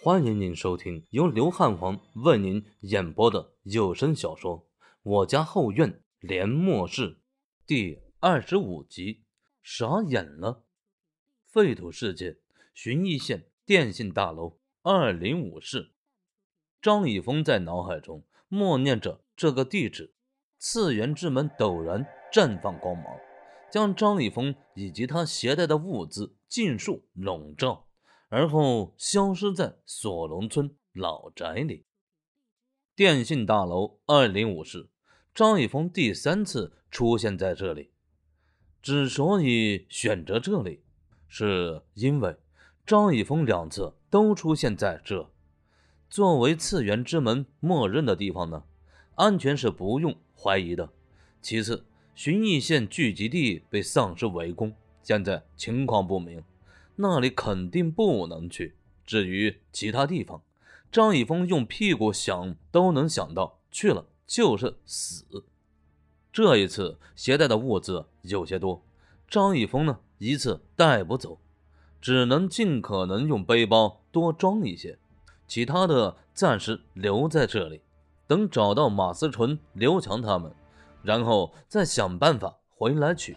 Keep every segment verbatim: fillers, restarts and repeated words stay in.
欢迎您收听由刘汉皇为您演播的有声小说《我家后院连末世》第二十五集。傻眼了。废土世界寻义县电信大楼二零五室。张以峰在脑海中默念着这个地址，次元之门陡然绽放光芒，将张以峰以及他携带的物资尽数笼罩，而后消失在锁龙村老宅里。电信大楼二零五室，张以峰第三次出现在这里。之所以选择这里，是因为张以峰两次都出现在这。作为次元之门默认的地方呢，安全是不用怀疑的。其次，寻义县聚集地被丧尸围攻，现在情况不明，那里肯定不能去。至于其他地方，张以峰用屁股想都能想到，去了就是死。这一次携带的物资有些多，张以峰呢一次带不走，只能尽可能用背包多装一些，其他的暂时留在这里，等找到马思纯、刘强他们，然后再想办法回来取。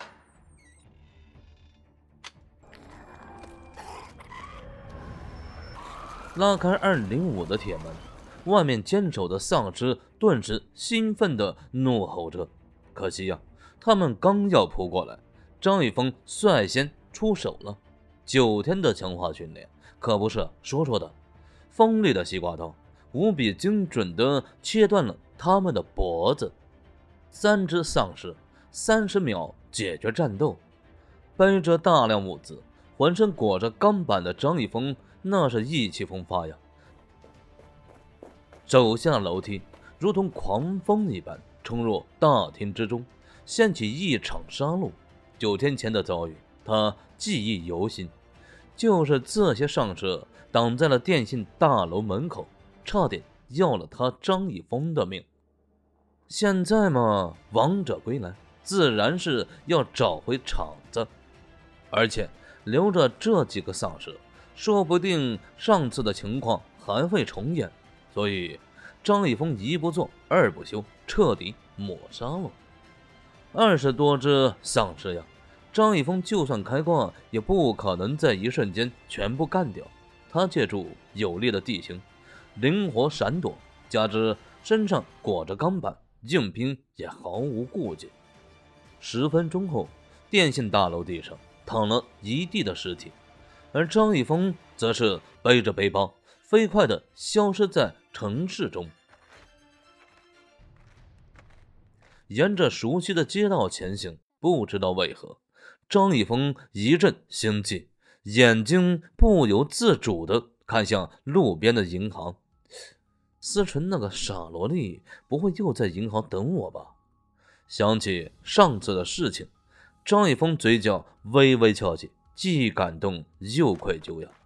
拉开二零五的铁门，外面坚守的丧尸顿时兴奋地怒吼着。可惜呀、啊，他们刚要扑过来，张以峰率先出手了。九天的强化训练可不是说说的，锋利的西瓜刀无比精准地切断了他们的脖子。三只丧尸三十秒解决战斗。背着大量物资，浑身裹着钢板的张以峰那是意气风发呀，走下楼梯如同狂风一般冲入大厅之中，掀起一场杀戮。九天前的遭遇他记忆犹新，就是这些丧尸挡在了电信大楼门口，差点要了他张以峰的命。现在嘛，王者归来，自然是要找回场子，而且留着这几个丧尸，说不定上次的情况还会重演，所以张以峰一不做二不休，彻底抹杀了。二十多只丧尸呀，张以峰就算开挂也不可能在一瞬间全部干掉。他借助有利的地形，灵活闪躲，加之身上裹着钢板，硬拼也毫无顾忌。十分钟后，电信大楼地上躺了一地的尸体，而张以峰则是背着背包飞快地消失在城市中。沿着熟悉的街道前行，不知道为何张以峰一阵心悸，眼睛不由自主地看向路边的银行。思纯那个傻萝莉不会又在银行等我吧？想起上次的事情，张以峰嘴角微微翘起，既感动又愧疚呀。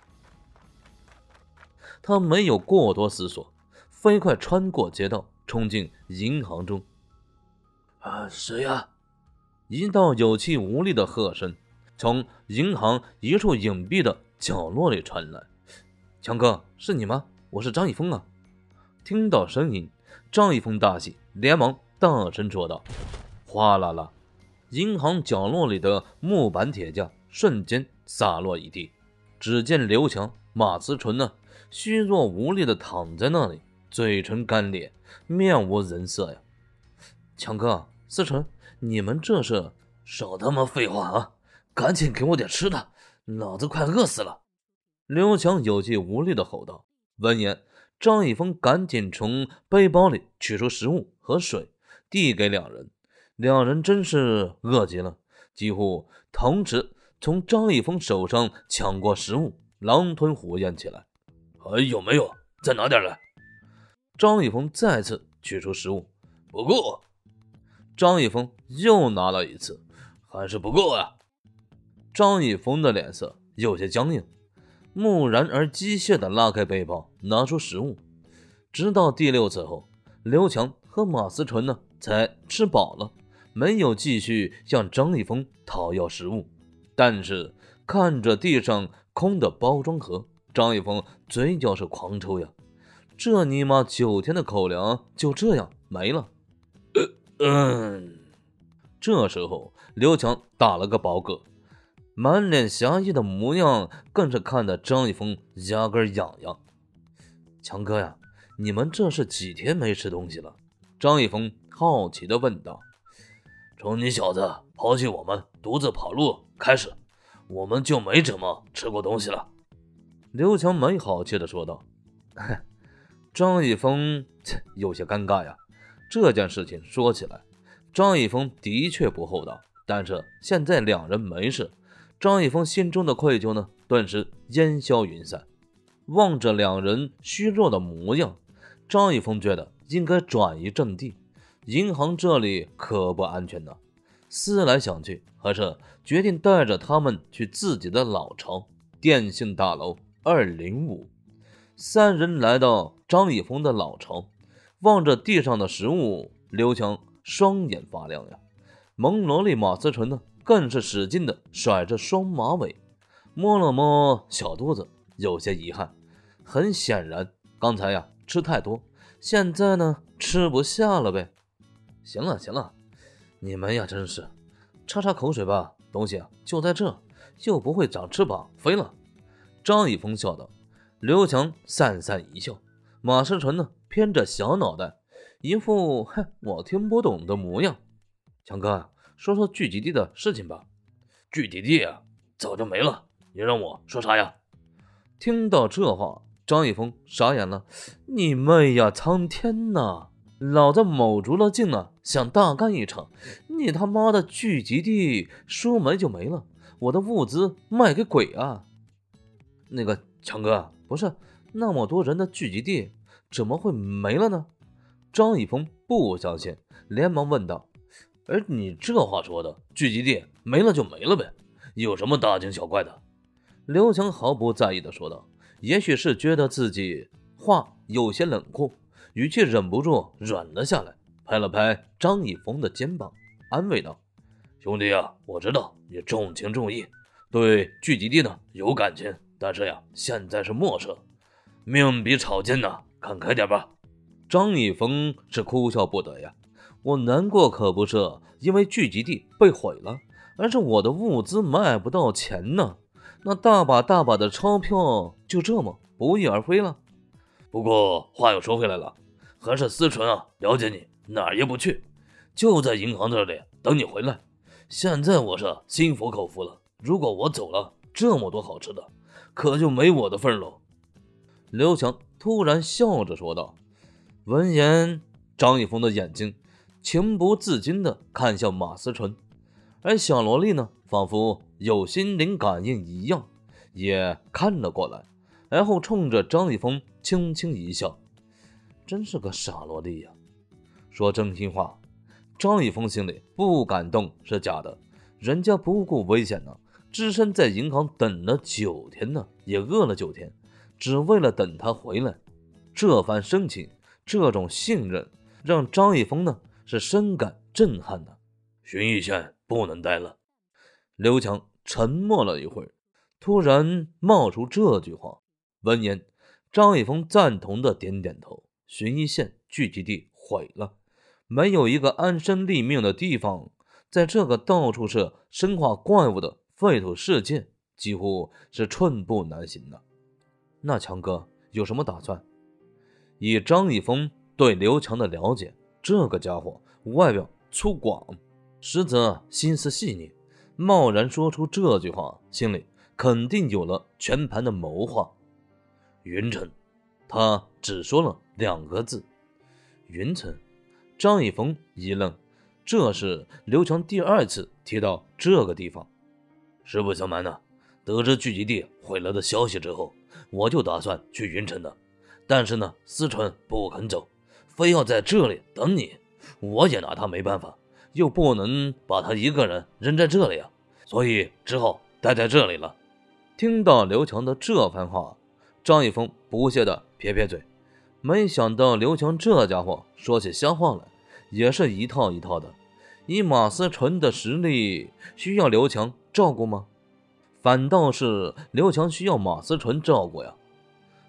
他没有过多思索，飞快穿过街道，冲进银行中。啊，谁呀？一道有气无力的喝声从银行一处隐蔽的角落里传来。强哥，是你吗？我是张以峰啊。听到声音，张以峰大喜，连忙大声说道。哗啦啦，银行角落里的木板铁架瞬间洒落一地。只见刘强、马思纯呢，虚弱无力地躺在那里，嘴唇干裂，面无人色呀。强哥，思纯，你们这是……少他妈废话啊！赶紧给我点吃的，老子快饿死了！刘强有气无力地吼道。闻言，张以峰赶紧从背包里取出食物和水，递给两人。两人真是饿极了，几乎同时从张以峰手上抢过食物，狼吞虎咽起来。还有没有？再拿点来！张以峰再次取出食物。不够！张以峰又拿了一次，还是不够啊！张以峰的脸色有些僵硬，木然而机械地拉开背包，拿出食物。直到第六次后，刘强和马思纯呢才吃饱了，没有继续向张以峰讨要食物。但是看着地上空的包装盒， 张一峰嘴角是狂抽呀，这尼玛九天的口粮就这样没了。嗯，这时候刘强打了个饱嗝，满脸侠义的模样更是看得张一峰牙根痒痒。强哥呀，你们这是几天没吃东西了？张一峰好奇地问道。从你小子抛弃我们独自跑路开始，我们就没怎么吃过东西了。刘强没好气地说道。张一峰有些尴尬呀，这件事情说起来，张一峰的确不厚道，但是现在两人没事，张一峰心中的愧疚呢，顿时烟消云散。望着两人虚弱的模样，张一峰觉得应该转移阵地，银行这里可不安全呢。思来想去，还是决定带着他们去自己的老巢电信大楼二零五。三人来到张一峰的老巢，望着地上的食物，刘强双眼发亮呀。萌萝莉马思纯呢，更是使劲的甩着双马尾，摸了摸小肚子，有些遗憾。很显然刚才呀吃太多，现在呢吃不下了呗。行了行了，你们呀真是擦擦口水吧，东西啊就在这，又不会长翅膀飞了。张一峰笑道。刘强讪讪一笑，马思纯呢偏着小脑袋，一副哼我听不懂的模样。强哥，说说聚集地的事情吧。聚集地啊早就没了，你让我说啥呀？听到这话，张一峰傻眼了。你妹呀，苍天呐，老子卯足了劲了，想大干一场，你他妈的聚集地说没就没了，我的物资卖给鬼啊！那个强哥，不是那么多人的聚集地怎么会没了呢？张一峰不相信，连忙问道。而你这话说的，聚集地没了就没了呗，有什么大惊小怪的？刘强毫不在意地说道。也许是觉得自己话有些冷酷，语气忍不住软了下来，拍了拍张一峰的肩膀，安慰道：兄弟啊，我知道你重情重义，对聚集地呢有感情，但是呀现在是末世，命比草贱呐，看开点吧。张一峰是哭笑不得呀，我难过可不是因为聚集地被毁了，而是我的物资卖不到钱呢，那大把大把的钞票就这么不翼而飞了。不过话又说回来了，还是思纯啊了解你，哪儿也不去，就在银行这里等你回来。现在我是心服口服了，如果我走了，这么多好吃的可就没我的份喽。刘强突然笑着说道。闻言，张一峰的眼睛情不自禁地看向马思纯，而小萝莉呢，仿佛有心灵感应一样，也看了过来，然后冲着张一峰轻轻一笑。真是个傻萝莉呀！说真心话，张一峰心里不感动是假的，人家不顾危险呢，只身在银行等了九天呢，也饿了九天，只为了等他回来。这番深情，这种信任，让张一峰呢是深感震撼的。巡一线不能待了。刘强沉默了一会儿，突然冒出这句话。闻言，张一峰赞同的点点头。巡一线聚集地毁了，没有一个安身立命的地方，在这个到处是生化怪物的废土世界，几乎是寸步难行的。那强哥有什么打算？以张一峰对刘强的了解，这个家伙外表粗犷，实则心思细腻，贸然说出这句话，心里肯定有了全盘的谋划。云城，他只说了两个字。云城。张一峰一愣，这是刘强第二次提到这个地方。实不相瞒呢，得知聚集地毁了的消息之后，我就打算去云城的，但是呢，思纯不肯走，非要在这里等你，我也拿他没办法，又不能把他一个人扔在这里啊，所以只好待在这里了。听到刘强的这番话，张一峰不屑地撇撇嘴，没想到刘强这家伙说起瞎话来也是一套一套的。以马思纯的实力，需要刘强照顾吗？反倒是刘强需要马思纯照顾呀。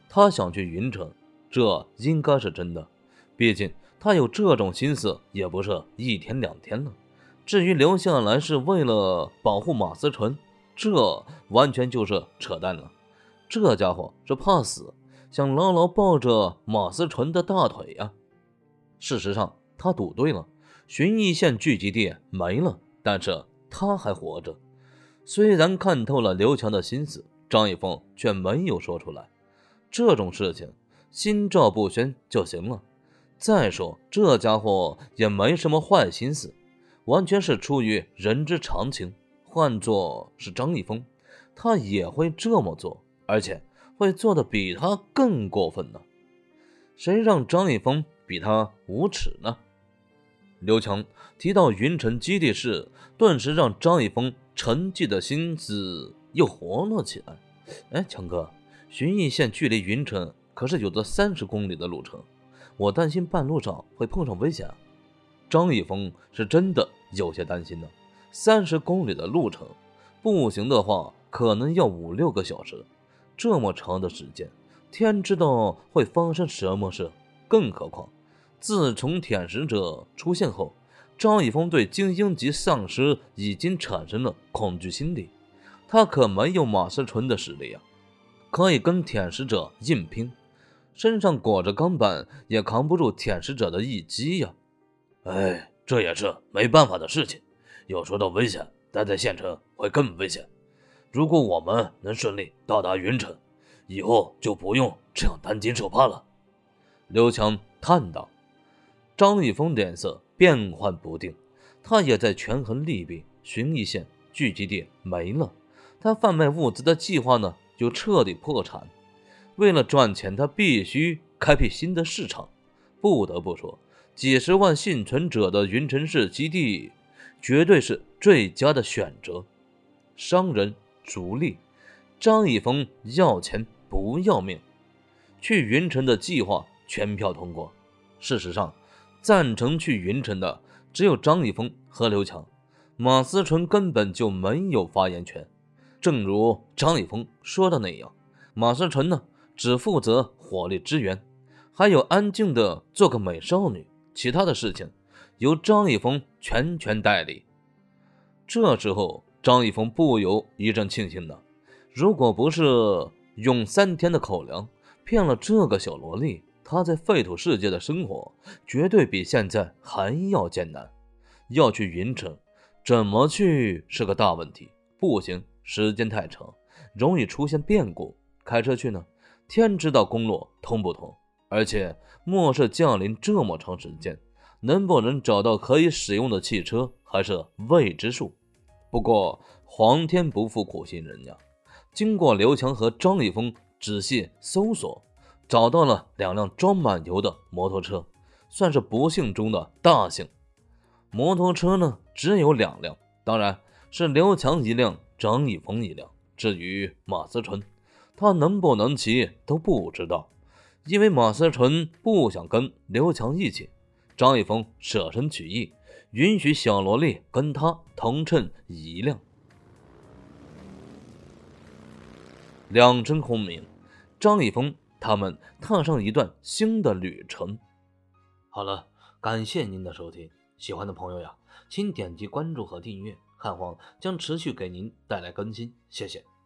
他想去云城，这应该是真的，毕竟他有这种心思也不是一天两天了。至于留下来是为了保护马思纯，这完全就是扯淡了。这家伙是怕死，想牢牢抱着马思纯的大腿呀、啊。事实上他赌对了，寻义县聚集地没了，但是他还活着。虽然看透了刘强的心思，张一峰却没有说出来。这种事情心照不宣就行了。再说这家伙也没什么坏心思，完全是出于人之常情。换作是张一峰，他也会这么做，而且会做得比他更过分呢。谁让张一峰比他无耻呢？刘强提到云城基地时，顿时让张一峰沉寂的心思又活了起来。哎，强哥，寻义县距离云城可是有着三十公里的路程，我担心半路上会碰上危险啊。张一峰是真的有些担心的，三十公里的路程，步行的话可能要五六个小时，这么长的时间，天知道会发生什么事。更何况自从舔食者出现后，张一峰对精英级丧尸已经产生了恐惧心理。他可没有马思纯的实力啊，可以跟舔食者硬拼，身上裹着钢板也扛不住舔食者的一击呀、啊。 哎，这也是没办法的事情。要说到危险，待在县城会更危险。如果我们能顺利到达云城，以后就不用这样担惊受怕了。 刘强叹道。张一峰脸色变幻不定，他也在权衡利弊。寻义县聚集地没了，他贩卖物资的计划呢就彻底破产。为了赚钱，他必须开辟新的市场。不得不说，几十万幸存者的云城市基地绝对是最佳的选择。商人逐利，张一峰要钱不要命。去云城的计划全票通过。事实上，赞成去云城的只有张一峰和刘强，马思纯根本就没有发言权。正如张一峰说的那样，马思纯呢只负责火力支援，还有安静的做个美少女，其他的事情由张一峰全权代理。这时候张一峰不由一阵庆幸的，如果不是用三天的口粮骗了这个小萝莉，他在废土世界的生活绝对比现在还要艰难。要去云城，怎么去是个大问题，步行时间太长，容易出现变故。开车去呢，天知道公路通不通，而且末世降临这么长时间，能不能找到可以使用的汽车还是未知数。不过皇天不负苦心人呀，经过刘强和张一峰仔细搜索，找到了两辆装满油的摩托车，算是不幸中的大幸。摩托车呢只有两辆，当然是刘强一辆，张一峰一辆。至于马思纯，他能不能骑都不知道，因为马思纯不想跟刘强一起。张一峰舍身取义，允许小萝莉跟他同乘一辆。两声轰鸣，张一峰他们踏上一段新的旅程。好了，感谢您的收听，喜欢的朋友呀，请点击关注和订阅，汉皇将持续给您带来更新，谢谢。